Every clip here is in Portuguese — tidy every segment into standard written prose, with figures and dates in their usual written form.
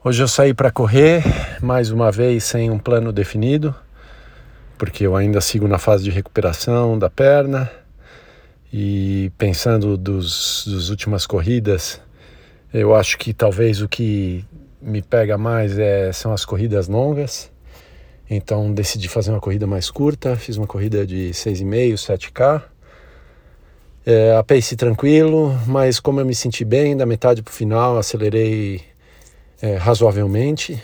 Hoje eu saí para correr, mais uma vez sem um plano definido, porque eu ainda sigo na fase de recuperação da perna e pensando das últimas corridas, eu acho que talvez o que me pega mais são as corridas longas. Então decidi fazer uma corrida mais curta, fiz uma corrida de 6,5, 7K. A pace tranquilo, mas como eu me senti bem, da metade para o final acelerei razoavelmente.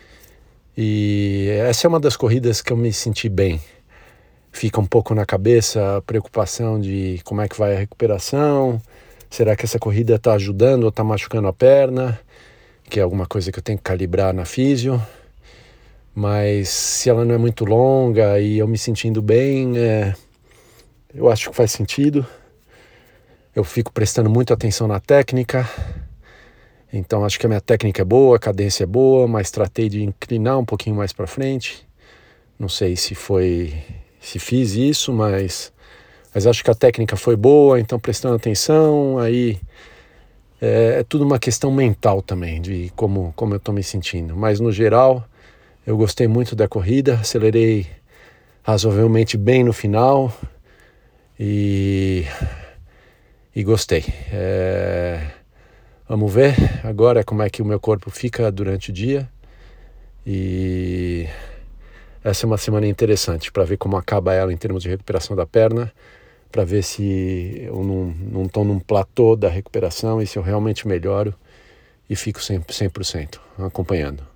E essa é uma das corridas que eu me senti bem. Fica um pouco na cabeça a preocupação de como é que vai a recuperação. Será que essa corrida está ajudando ou está machucando a perna? Que é alguma coisa que eu tenho que calibrar na físio. Mas se ela não é muito longa e eu me sentindo bem, eu acho que faz sentido. Eu fico prestando muita atenção na técnica. Então acho que a minha técnica é boa, a cadência é boa, mas tratei de inclinar um pouquinho mais para frente. Não sei se fiz isso, mas acho que a técnica foi boa, então prestando atenção, aí é tudo uma questão mental também, de como eu estou me sentindo. Mas no geral, eu gostei muito da corrida, acelerei razoavelmente bem no final e gostei. Vamos ver agora como é que o meu corpo fica durante o dia. E essa é uma semana interessante para ver como acaba ela em termos de recuperação da perna, para ver se eu não estou num platô da recuperação e se eu realmente melhoro e fico 100% acompanhando.